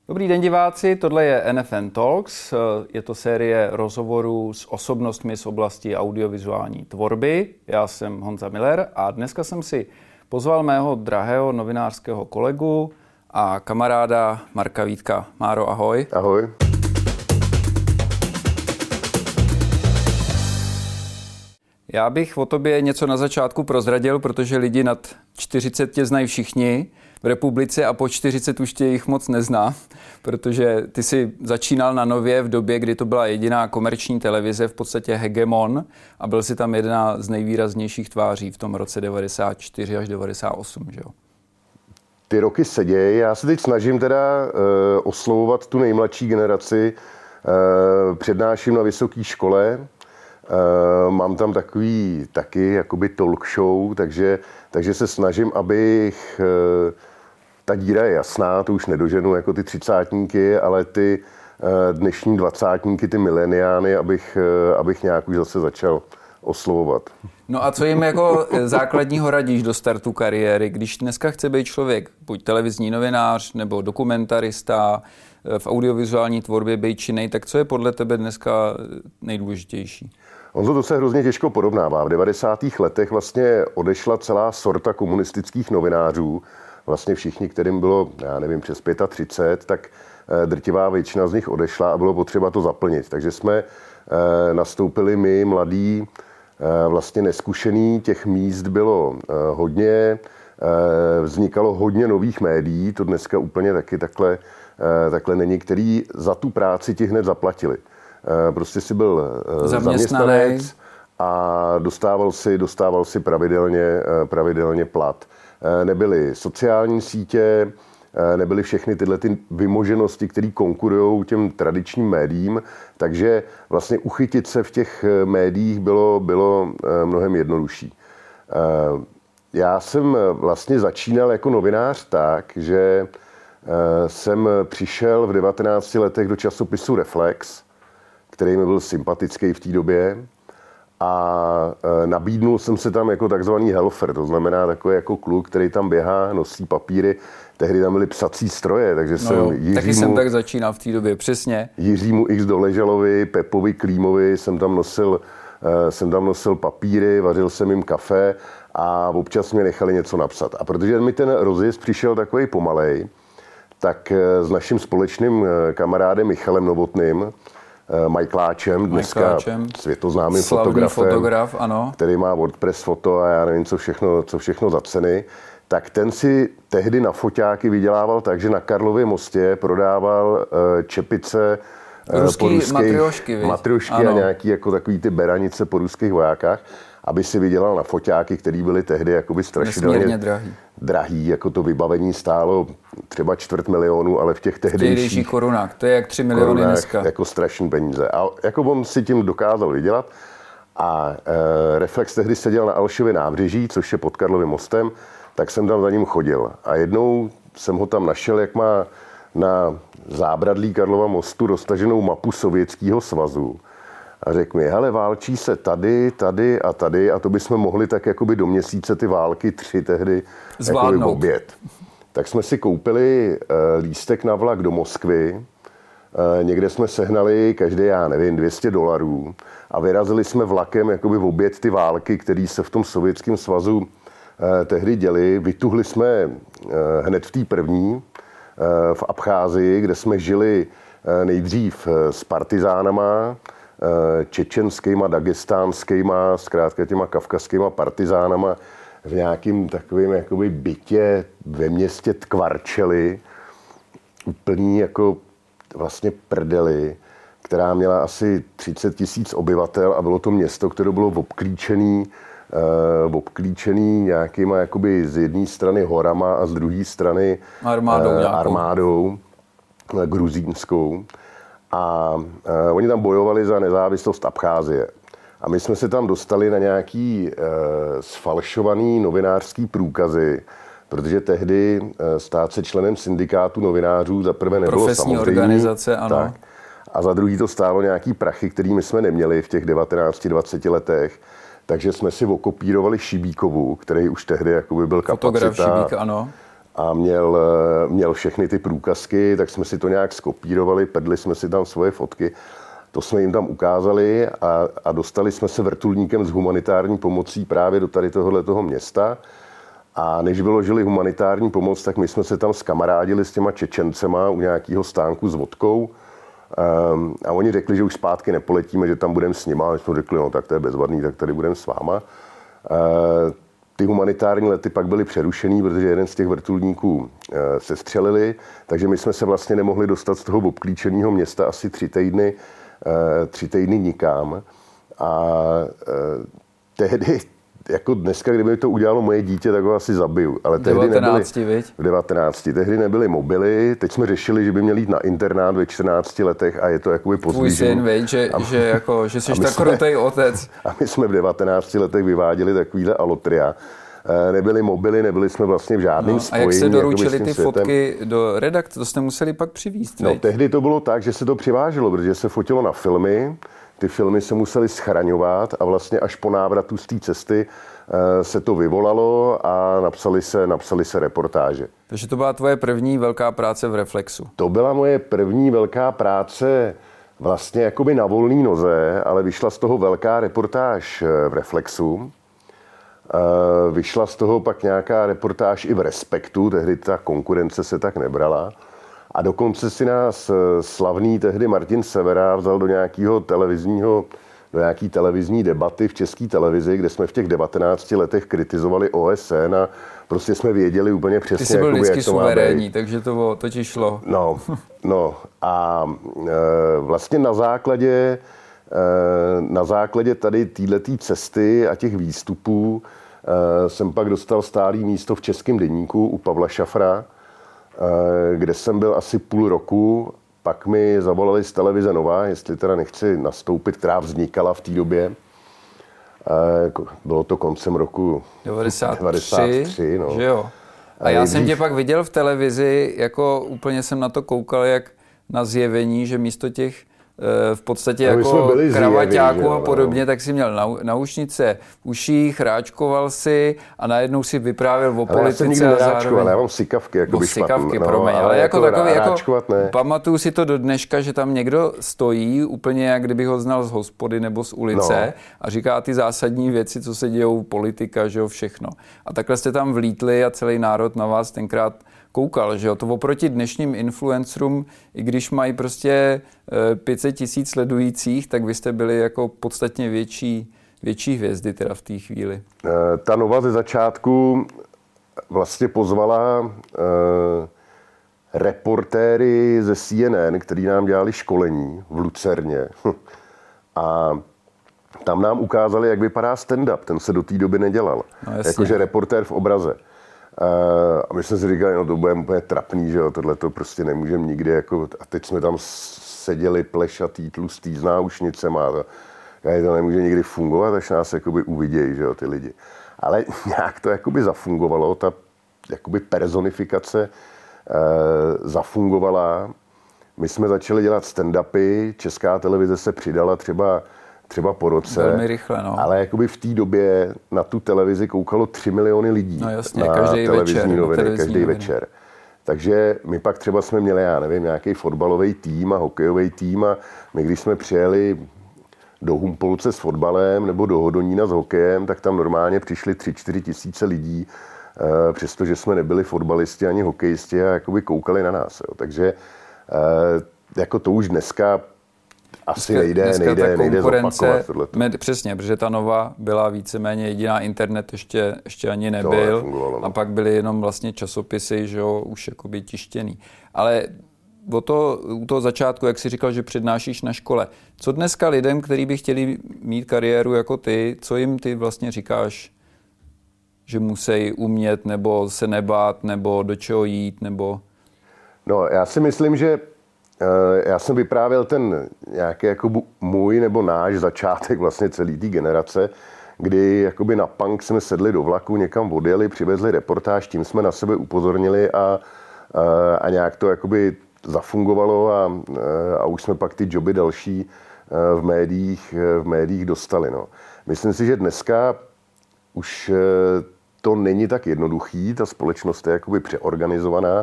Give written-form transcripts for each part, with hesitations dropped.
Dobrý den diváci, tohle je NFN Talks, je to série rozhovorů s osobnostmi z oblasti audiovizuální tvorby. Já jsem Honza Miller a dneska jsem si pozval mého drahého novinářského kolegu a kamaráda Marka Vítka. Máro, ahoj. Ahoj. Já bych o tobě něco na začátku prozradil, protože lidi nad 40 tě znají všichni v republice a po 40 už tě jich moc nezná, protože ty jsi začínal na Nově v době, kdy to byla jediná komerční televize, v podstatě hegemon, a byl jsi tam jedna z nejvýraznějších tváří v tom roce 94 až 98, že jo? Ty roky se dějí. Já se teď snažím teda oslovovat tu nejmladší generaci. Přednáším na vysoké škole. Mám tam takový taky jakoby talk show, takže se snažím, abych ta díra je jasná, to už nedoženu jako ty třicátníky, ale ty dnešní dvacátníky, ty mileniány, abych nějak už zase začal oslovovat. No a co jim jako základního radíš do startu kariéry, když dneska chce být člověk buď televizní novinář nebo dokumentarista, v audiovizuální tvorbě být činnej, tak co je podle tebe dneska nejdůležitější? To se hrozně těžko porovnává. V 90. letech vlastně odešla celá sorta komunistických novinářů, vlastně všichni, kterým bylo, já nevím, přes 35, tak drtivá většina z nich odešla a bylo potřeba to zaplnit. Takže jsme nastoupili my, mladí, vlastně neskušený, těch míst bylo hodně, vznikalo hodně nových médií, to dneska úplně taky takhle není, který za tu práci ti hned zaplatili. Prostě si byl zaměstnanec a dostával si pravidelně plat. Nebyly sociální sítě, nebyly všechny tyhle ty vymoženosti, které konkurují těm tradičním médiím, takže vlastně uchytit se v těch médiích bylo mnohem jednodušší. Já jsem vlastně začínal jako novinář tak, že jsem přišel v 19 letech do časopisu Reflex, který mi byl sympatický v té době, a nabídnul jsem se tam jako takzvaný helfer, to znamená takový jako kluk, který tam běhá, nosí papíry. Tehdy tam byly psací stroje, takže taky jsem tak začínal v té době, přesně. Jiřímu X. Doležalovi, Pepovi Klímovi jsem tam nosil papíry, vařil jsem jim kafe a občas mě nechali něco napsat. A protože mi ten rozjezd přišel takový pomalej, tak s naším společným kamarádem Michalem Novotným, Michaeláčem, dneska světoznámým fotograf, ano, který má WordPress foto a já nevím, co všechno za ceny, tak ten si tehdy na foťáky vydělával tak, že na Karlově mostě prodával čepice ruský matriošky a nějaký jako takový ty beranice po ruských vojákách, aby si vydělal na foťáky, které byly tehdy jakoby strašidelně drahý, jako to vybavení stálo třeba 250 000, ale v těch tehdejších korunách, to je jak 3 miliony dneska. Jako strašný peníze. A jako on si tím dokázal vydělat a Reflex tehdy seděl na Alšově nábřeží, což je pod Karlovým mostem, tak jsem tam za ním chodil. A jednou jsem ho tam našel, jak má na zábradlí Karlova mostu roztaženou mapu Sovětského svazu. A řekl mi, hele, válčí se tady a to bychom mohli tak jakoby do měsíce ty války 3 tehdy jakoby obět. Tak jsme si koupili lístek na vlak do Moskvy, někde jsme sehnali každý, já nevím, $200 a vyrazili jsme vlakem jakoby obět ty války, které se v tom Sovětském svazu tehdy děly. Vytuhli jsme hned v té první v Abcházii, kde jsme žili nejdřív s partizánama, čečenskýma, dagestánskýma, zkrátka těma kavkazskýma partizánama v nějakým takovým jakoby bytě ve městě Tkvarčely, úplný jako vlastně prdeli, která měla asi 30 000 obyvatel a bylo to město, které bylo obklíčený nějakýma jakoby z jedné strany horama a z druhé strany armádou gruzínskou. A oni tam bojovali za nezávislost Abcházie. A my jsme se tam dostali na nějaký sfalšovaný novinářský průkazy, protože tehdy stát se členem syndikátu novinářů za prvé nebylo profesní samozřejmě. Organizace, ano. Tak. A za druhý to stálo nějaký prachy, který my jsme neměli v těch 19-20 letech. Takže jsme si okopírovali Šibíkovu, který už tehdy jakoby byl kapacita. Fotograf Šibík, ano. a měl všechny ty průkazky, tak jsme si to nějak skopírovali, pedli jsme si tam svoje fotky. To jsme jim tam ukázali a dostali jsme se vrtulníkem s humanitární pomocí právě do tady tohoto města. A než vyložili humanitární pomoc, tak my jsme se tam skamarádili s těma Čečencema u nějakého stánku s vodkou. A oni řekli, že už zpátky nepoletíme, že tam budeme s nima. A my jsme řekli, no tak to je bezvadný, tak tady budeme s váma. Ty humanitární lety pak byly přerušený, protože jeden z těch vrtulníků sestřelili, takže my jsme se vlastně nemohli dostat z toho obklíčeného města asi 3 týdny nikam. A tehdy, jako dneska, kdyby to udělalo moje dítě, tak ho asi zabiju. Ale tehdy 19, nebyly, v 19. Tehdy nebyly mobily, teď jsme řešili, že by měl jít na internát ve 14 letech a je to jakoby Tvůj syn, že jsi tak krutej otec. A my jsme v 19 letech vyváděli takovýhle alotria. Nebyly mobily, nebyli jsme vlastně v žádném spojení. A jak se doručili ty fotky do redakce, to jste museli pak přivízt, No, tehdy to bylo tak, že se to přiváželo, protože se fotilo na filmy, ty filmy se musely schraňovat a vlastně až po návratu z té cesty se to vyvolalo a napsali se reportáže. Takže to byla tvoje první velká práce v Reflexu. To byla moje první velká práce vlastně jakoby na volný noze, ale vyšla z toho velká reportáž v Reflexu. Vyšla z toho pak nějaká reportáž i v Respektu, tehdy ta konkurence se tak nebrala. A dokonce si nás slavný tehdy Martin Severa vzal do nějaký televizní debaty v České televizi, kde jsme v těch 19 letech kritizovali OSN a prostě jsme věděli úplně přesně, ty jsi byl vždycky suverénní, takže to ti šlo. No a vlastně na základě tady téhletý cesty a těch výstupů jsem pak dostal stálý místo v Českém deníku u Pavla Šafra, kde jsem byl asi půl roku. Pak mi zavolali z televize Nova, jestli teda nechci nastoupit, která vznikala v té době. Bylo to koncem roku 93 no. Že jo. A já jsem tě pak viděl v televizi, jako úplně jsem na to koukal, jak na zjevení, že místo těch v podstatě jako kravaťáků a podobně, tak si měl naušnice v uších, hráčkoval si a najednou si vyprávěl o politice a zároveň... Já mám sykavky, jako sykavky, promiň, ale jako takový, pamatuju si to do dneška, že tam někdo stojí, úplně jak kdyby ho znal z hospody nebo z ulice a říká ty zásadní věci, co se dějou, politika, že jo, všechno. A takhle jste tam vlítli a celý národ na vás tenkrát koukal, že jo, to oproti dnešním influencerům, i když mají prostě 500 000 sledujících, tak vy jste byli jako podstatně větší hvězdy teda v té chvíli. Ta Nova ze začátku vlastně pozvala reportéry ze CNN, který nám dělali školení v Lucerně a tam nám ukázali, jak vypadá stand-up, ten se do té doby nedělal, jakože reportér v obraze. A my jsme si říkali, no to bude úplně trapný, že jo, tohle to prostě nemůžeme nikdy, jako, a teď jsme tam seděli plešatý, tlustý s náušnicema a to nemůže nikdy fungovat, až nás jakoby uvidějí, že jo, ty lidi. Ale nějak to jakoby zafungovalo, ta jakoby personifikace zafungovala. My jsme začali dělat stand-upy, Česká televize se přidala třeba po roce. Velmi rychle, no. Ale jakoby v té době na tu televizi koukalo 3 miliony lidí. No jasně, na televizní noviny, každý noviny. večer. Takže my pak třeba jsme měli, já nevím, nějaký fotbalový tým a hokejový tým a my, když jsme přijeli do Humpolce s fotbalem nebo do Hodonína s hokejem, tak tam normálně přišli 3-4 tisíce lidí, přestože jsme nebyli fotbalisti ani hokejisti a jakoby koukali na nás. Jo. Takže jako to už dneska asi nejde zopakovat tohleto. Přesně, protože ta Nova byla víceméně jediná, internet ještě ani nebyl a pak byly jenom vlastně časopisy, že jo, už jakoby tištěný. Ale u toho začátku, jak jsi říkal, že přednášíš na škole, co dneska lidem, kteří by chtěli mít kariéru jako ty, co jim ty vlastně říkáš, že musí umět nebo se nebát, nebo do čeho jít, nebo... No, já si myslím, že já jsem vyprávěl ten nějaký jako můj nebo náš začátek vlastně celé té generace, kdy jakoby na punk jsme sedli do vlaku, někam odjeli, přivezli reportáž, tím jsme na sebe upozornili a nějak to jakoby zafungovalo a už jsme pak ty joby další v médiích dostali. No. Myslím si, že dneska už to není tak jednoduchý, ta společnost je jakoby přeorganizovaná,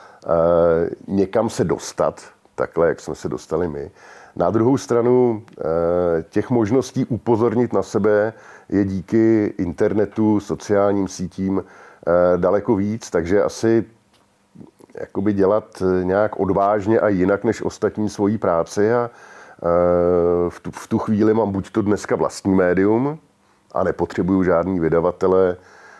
někam se dostat, takhle, jak jsme se dostali my. Na druhou stranu těch možností upozornit na sebe je díky internetu, sociálním sítím daleko víc, takže asi jakoby dělat nějak odvážně a jinak než ostatní svoji práci a v tu chvíli mám buď to dneska vlastní médium a nepotřebuju žádný vydavatele,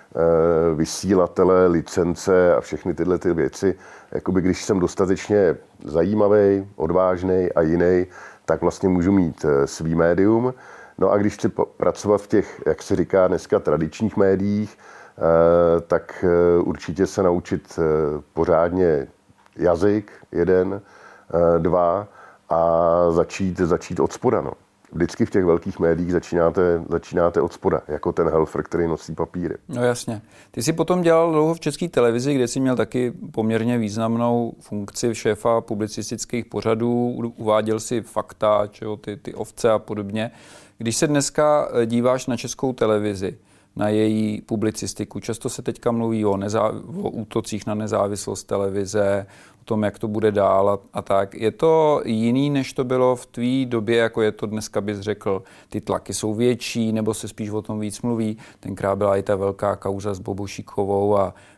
vysílatele, licence a všechny tyhle ty věci. Jakoby když jsem dostatečně zajímavý, odvážný a jiný, tak vlastně můžu mít svý médium. No a když chci pracovat v těch, jak se říká dneska, tradičních médiích, tak určitě se naučit pořádně jazyk, 1, 2 a začít od spoda. No. Vždycky v těch velkých médiích začínáte od spoda, jako ten Helfer, který nosí papíry. No jasně. Ty jsi potom dělal dlouho v České televizi, kde jsi měl taky poměrně významnou funkci šéfa publicistických pořadů, uváděl si fakta, ty ovce a podobně. Když se dneska díváš na Českou televizi, na její publicistiku, často se teďka mluví o útocích na nezávislost televize, o tom, jak to bude dál a tak. Je to jiný, než to bylo v tvý době, jako je to dneska, bys řekl, ty tlaky jsou větší, nebo se spíš o tom víc mluví? Tenkrát byla i ta velká kauza s Bobošíkovou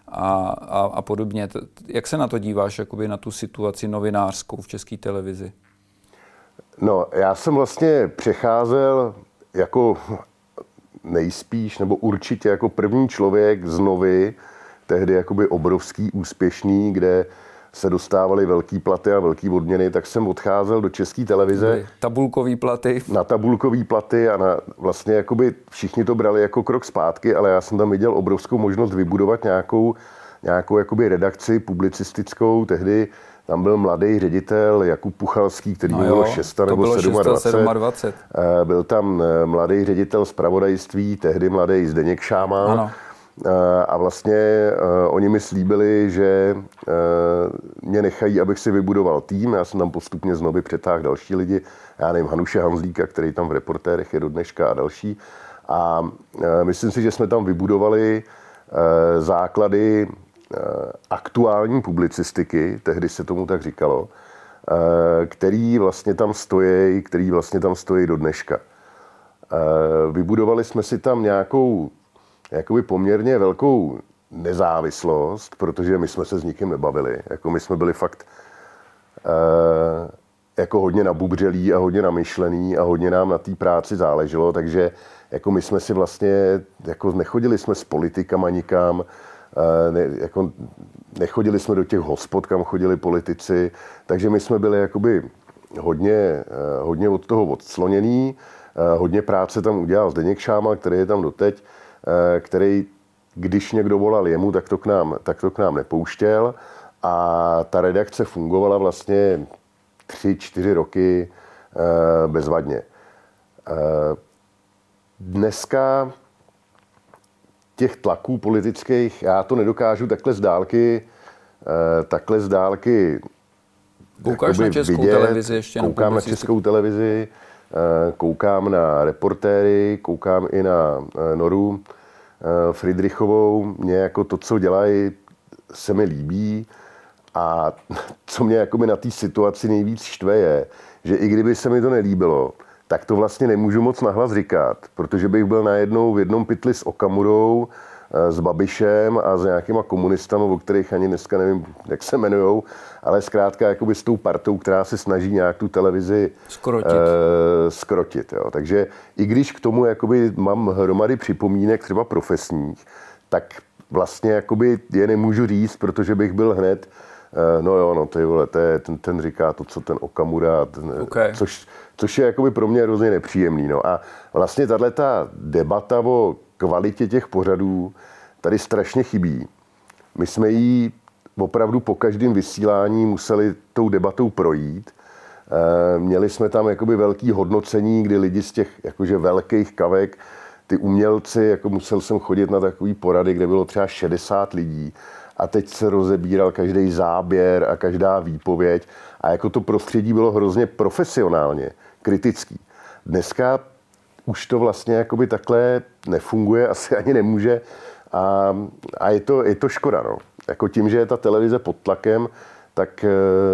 a podobně. Jak se na to díváš, jakoby na tu situaci novinářskou v České televizi? No, já jsem vlastně přecházel jako nejspíš, nebo určitě jako první člověk z Novy, tehdy jakoby obrovský, úspěšný, kde se dostávaly velký platy a velký odměny, tak jsem odcházel do České televize. Tabulkový platy. Na tabulkový platy a vlastně jakoby všichni to brali jako krok zpátky, ale já jsem tam viděl obrovskou možnost vybudovat nějakou jakoby redakci publicistickou. Tehdy tam byl mladý ředitel Jakub Puchalský, který bylo 6 nebo 27. Byl tam mladý ředitel zpravodajství, tehdy mladý Zdeněk Šámal. Ano. A vlastně oni mi slíbili, že mě nechají, abych si vybudoval tým. Já jsem tam postupně z Novy přetáhl další lidi. Já nevím, Hanuše Hanzlíka, který tam v Reportérech je do dneška a další. A myslím si, že jsme tam vybudovali základy aktuální publicistiky, tehdy se tomu tak říkalo, který vlastně tam stojí do dneška. Vybudovali jsme si tam nějakou jakoby poměrně velkou nezávislost, protože my jsme se s nikým nebavili. Jako my jsme byli fakt jako hodně nabubřelí a hodně namyšlený a hodně nám na té práci záleželo, takže jako my jsme si vlastně, jako nechodili jsme s politikama nikam, nechodili jsme do těch hospod, kam chodili politici, takže my jsme byli jakoby hodně od toho odsloněný, hodně práce tam udělal Zdeněk Šámal, který je tam doteď, který, když někdo volal jemu, tak to k nám nepouštěl a ta redakce fungovala vlastně 3-4 roky bezvadně. Dneska těch tlaků politických, já to nedokážu takhle z dálky Koukáš na Českou vidět. televizi ještě? Koukám na Českou televizi, koukám na Reportéry, koukám i na Noru Fridrichovou. Mně jako to, co dělají, se mi líbí a co mě jakoby na té situaci nejvíc štve je, že i kdyby se mi to nelíbilo, tak to vlastně nemůžu moc nahlas říkat, protože bych byl najednou v jednom pytli s Okamurou, s Babišem a s nějakýma komunistama, o kterých ani dneska nevím, jak se jmenujou, ale zkrátka jakoby s tou partou, která se snaží nějak tu televizi skrotit. Jo. Takže i když k tomu jakoby mám hromady připomínek třeba profesních, tak vlastně jakoby je nemůžu říct, protože bych byl hned ten říká to, co ten Okamura, což je jakoby pro mě hrozně nepříjemný. No. A vlastně tato debata o kvalitě těch pořadů tady strašně chybí. My jsme ji opravdu po každém vysílání museli tou debatou projít. Měli jsme tam jakoby velký hodnocení, kdy lidi z těch jakože velkých kavek, ty umělci, jako musel jsem chodit na takový porady, kde bylo třeba 60 lidí a teď se rozebíral každý záběr a každá výpověď a jako to prostředí bylo hrozně profesionálně kritický. Dneska už to vlastně jakoby takhle nefunguje, asi ani nemůže A je to škoda. No. Jako tím, že je ta televize pod tlakem, tak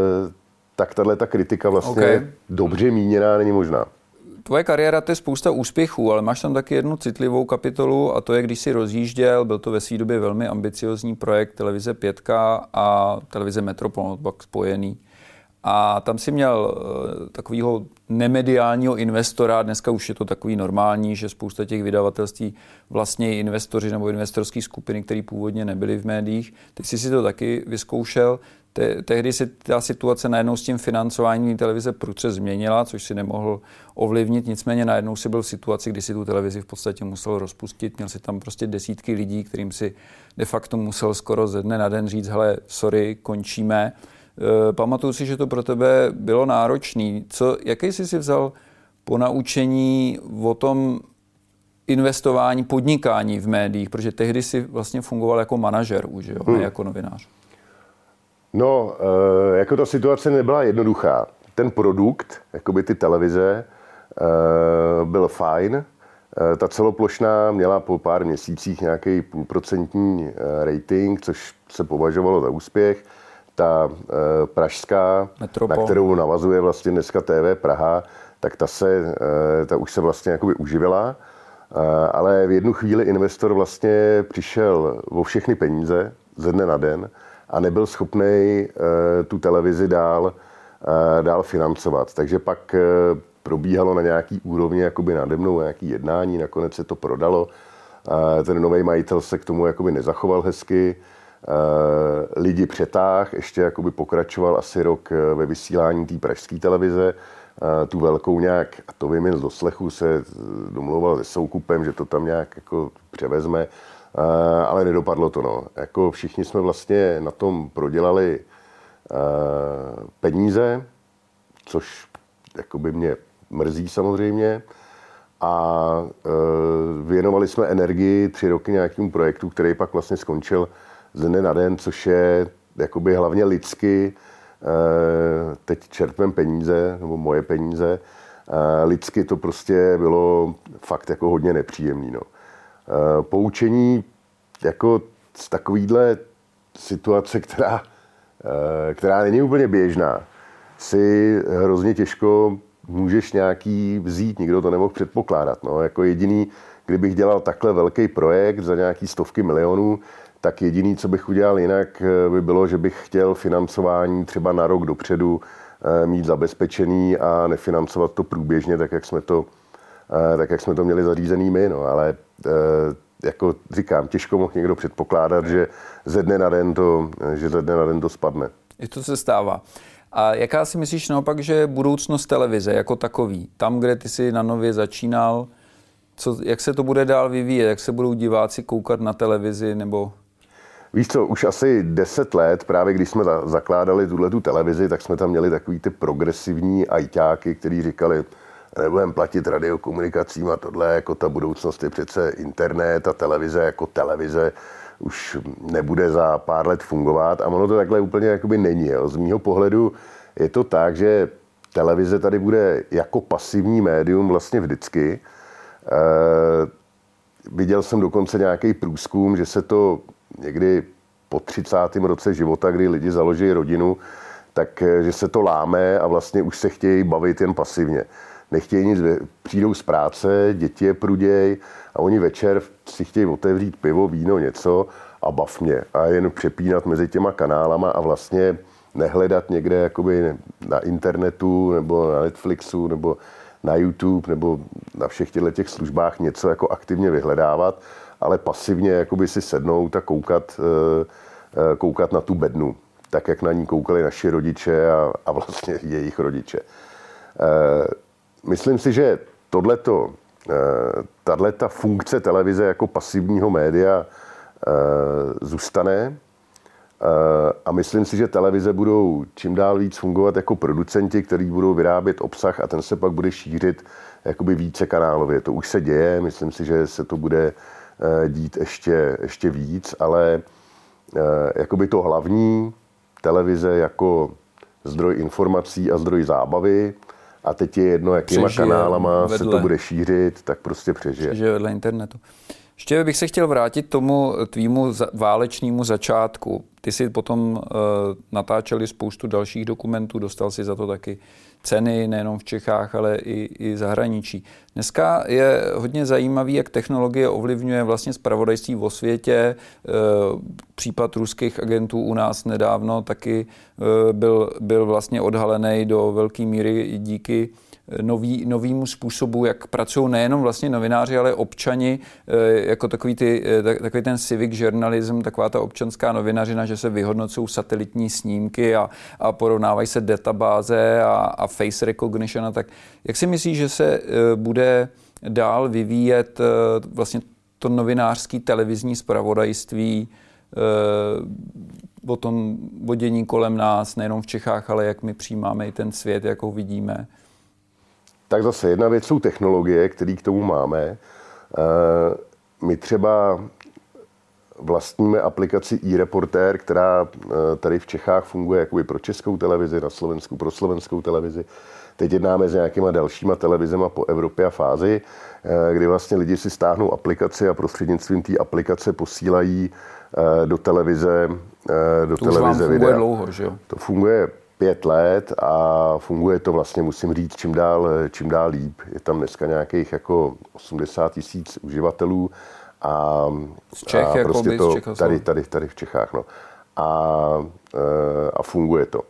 tato kritika vlastně dobře míněná není možná. Tvoje kariéra, to je spousta úspěchů, ale máš tam taky jednu citlivou kapitolu a to je, když jsi rozjížděl, byl to ve své době velmi ambiciozní projekt televize 5 a televize Metropol, pak spojený. A tam si měl takového nemediálního investora, dneska už je to takový normální, že spousta těch vydavatelství vlastně investoři nebo investorské skupiny, které původně nebyly v médiích. Teď jsi si to taky vyzkoušel. Tehdy se ta situace najednou s tím financováním televize prudce změnila, což si nemohl ovlivnit, nicméně najednou si byl v situaci, kdy si tu televizi v podstatě musel rozpustit, měl si tam prostě desítky lidí, kterým si de facto musel skoro ze dne na den říct, hele, sorry, končíme. Pamatuju si, že to pro tebe bylo náročný. Jaký jsi si vzal po naučení o tom investování, podnikání v médiích, protože tehdy si vlastně fungoval jako manažer už, jo, ne jako novinář. No, jako ta situace nebyla jednoduchá. Ten produkt, jakoby ty televize, byl fajn. Ta celoplošná měla po pár měsících nějaký 0,5% rating, což se považovalo za úspěch. Ta pražská, Metropol, na kterou navazuje vlastně dneska TV Praha, tak ta už se vlastně jakoby uživila. Ale v jednu chvíli investor vlastně přišel o všechny peníze ze dne na den a nebyl schopný tu televizi dál financovat. Takže pak probíhalo na nějaký úrovni jakoby nade mnou nějaký jednání, nakonec se to prodalo. Ten nový majitel se k tomu jakoby nezachoval hezky. Lidi přetáh, ještě jakoby pokračoval asi rok ve vysílání té pražské televize. Tu velkou nějak, a to vím jen z doslechu, se domlouval se Soukupem, že to tam nějak jako převezme. Ale nedopadlo to. No. Jako všichni jsme vlastně na tom prodělali peníze, což jakoby mě mrzí samozřejmě. A věnovali jsme energii 3 roky nějakému projektu, který pak vlastně skončil ze dne na den, což je jakoby hlavně lidsky, teď čerpem peníze, nebo moje peníze, lidsky to prostě bylo fakt jako hodně nepříjemný. No. Poučení jako z takovýhle situace, která není úplně běžná, si hrozně těžko můžeš nějaký vzít, nikdo to nemohl předpokládat. No. Jako jediný, kdybych dělal takhle velký projekt za nějaký stovky milionů, tak jediný, co bych udělal jinak, by bylo, že bych chtěl financování třeba na rok dopředu mít zabezpečený a nefinancovat to průběžně, tak jak jsme to měli zařízený my. No. Ale jako říkám, těžko mohl někdo předpokládat, že ze dne na den to spadne. I to se stává. A jaká si myslíš naopak, že je budoucnost televize jako takový? Tam, kde ty jsi na Nově začínal, jak se to bude dál vyvíjet? Jak se budou diváci koukat na televizi? Nebo... Víš co, už asi 10 let, právě když jsme zakládali tuhletu televizi, tak jsme tam měli takový ty progresivní ajťáky, kteří říkali, nebudeme platit radiokomunikacím a tohle, jako ta budoucnost je přece internet a televize jako televize už nebude za pár let fungovat a ono to takhle úplně jakoby není. Jo. Z mýho pohledu je to tak, že televize tady bude jako pasivní médium vlastně vždycky. Viděl jsem dokonce nějaký průzkum, že se to někdy po 30. roce života, kdy lidi založí rodinu, tak že se to láme a vlastně už se chtějí bavit jen pasivně. Nechtějí nic, přijdou z práce, děti je pruděj a oni večer si chtějí otevřít pivo, víno, něco a bav mě. A jen přepínat mezi těma kanálama a vlastně nehledat někde jakoby na internetu nebo na Netflixu nebo na YouTube nebo na všech těch službách něco jako aktivně vyhledávat, ale pasivně jakoby si sednout a koukat na tu bednu, tak jak na ní koukali naši rodiče a vlastně jejich rodiče. Myslím si, že tato funkce televize jako pasivního média zůstane a myslím si, že televize budou čím dál víc fungovat jako producenti, kteří budou vyrábět obsah a ten se pak bude šířit jakoby více kanálově. To už se děje, myslím si, že se to bude dít ještě víc, ale jakoby to hlavní televize jako zdroj informací a zdroj zábavy a teď je jedno, jakýma kanálama se to bude šířit, tak prostě přežije. Přežije vedle internetu. Ještě bych se chtěl vrátit tomu tvýmu válečnému začátku. Ty si potom natáčeli spoustu dalších dokumentů, dostal si za to taky ceny, nejenom v Čechách, ale i zahraničí. Dneska je hodně zajímavý, jak technologie ovlivňuje vlastně zpravodajství o světě. Případ ruských agentů u nás nedávno taky byl vlastně odhalený do velké míry díky novýmu způsobu, jak pracují nejenom vlastně novináři, ale občani, jako takový ten civic journalism, taková ta občanská novinařina, že se vyhodnocují satelitní snímky a porovnávají se databáze a face recognition a tak. Jak si myslíš, že se bude dál vyvíjet vlastně to novinářské televizní zpravodajství o tom dění kolem nás, nejenom v Čechách, ale jak my přijímáme i ten svět, jak ho vidíme? Tak zase jedna věc jsou technologie, které k tomu máme. My třeba vlastníme aplikaci eReportér, která tady v Čechách funguje jakoby pro českou televizi, na Slovensku pro slovenskou televizi. Teď jednáme s nějakýma dalšíma televizema po Evropě a v Ázii, kdy vlastně lidi si stáhnou aplikaci a prostřednictvím té aplikace posílají do televize videa. Funguje dlouho, že jo? To funguje 5 let a funguje to vlastně, musím říct, čím dál líp. Je tam dneska nějakých jako 80 000 uživatelů a z Čech, a jako prostě to tady v Čechách. No. A funguje to.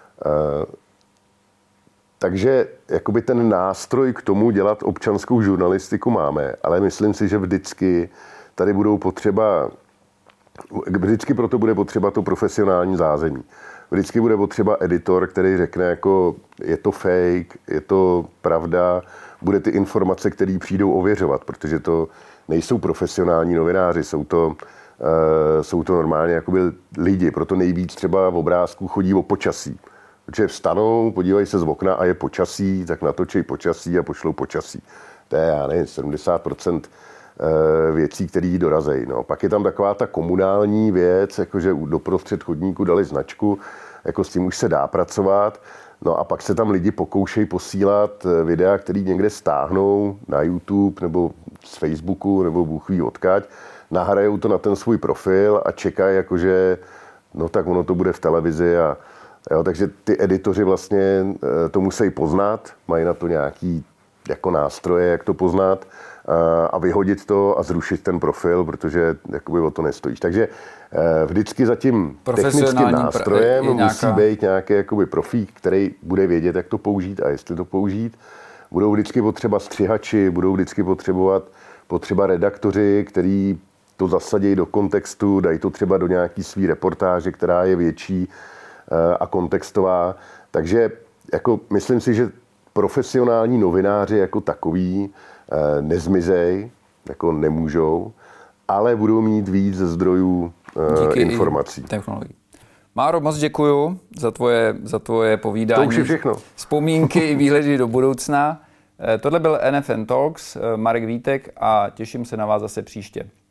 Takže jakoby ten nástroj k tomu dělat občanskou žurnalistiku máme, ale myslím si, že vždycky tady budou potřeba, vždycky proto bude potřeba to profesionální zázemí. Vždycky bude potřeba editor, který řekne, jako je to fake, je to pravda, bude ty informace, které přijdou ověřovat, protože to nejsou profesionální novináři, jsou to normálně jakoby lidi, proto nejvíc třeba v obrázku chodí o počasí. Protože vstanou, podívají se z okna a je počasí, tak natočí počasí a pošlou počasí. To je, já nevím, 70% věcí, které dorazejí. No. Pak je tam taková ta komunální věc, jakože doprostřed chodníku dali značku, jako s tím už se dá pracovat. No a pak se tam lidi pokoušejí posílat videa, které někde stáhnou na YouTube nebo z Facebooku nebo Bůh ví odkud, nahrajou to na ten svůj profil a čekají, jakože no tak ono to bude v televizi a jo, takže ty editoři vlastně to musí poznat, mají na to nějaký jako nástroje, jak to poznat a vyhodit to a zrušit ten profil, protože jakoby o to nestojíš. Takže vždycky za tím technickým nástrojem musí být nějaký jakoby profík, který bude vědět, jak to použít a jestli to použít. Budou vždycky potřeba střihači, budou vždycky potřeba redaktoři, který to zasadí do kontextu, dají to třeba do nějaký svý reportáže, která je větší a kontextová. Takže jako myslím si, že profesionální novináři jako takový nezmizej, jako nemůžou, ale budou mít víc zdrojů informací. Technologií. Máro, moc děkuju za tvoje povídání. To už je všechno. Vzpomínky i výhledy do budoucna. Tohle byl NFN Talks, Marek Vítek a těším se na vás zase příště.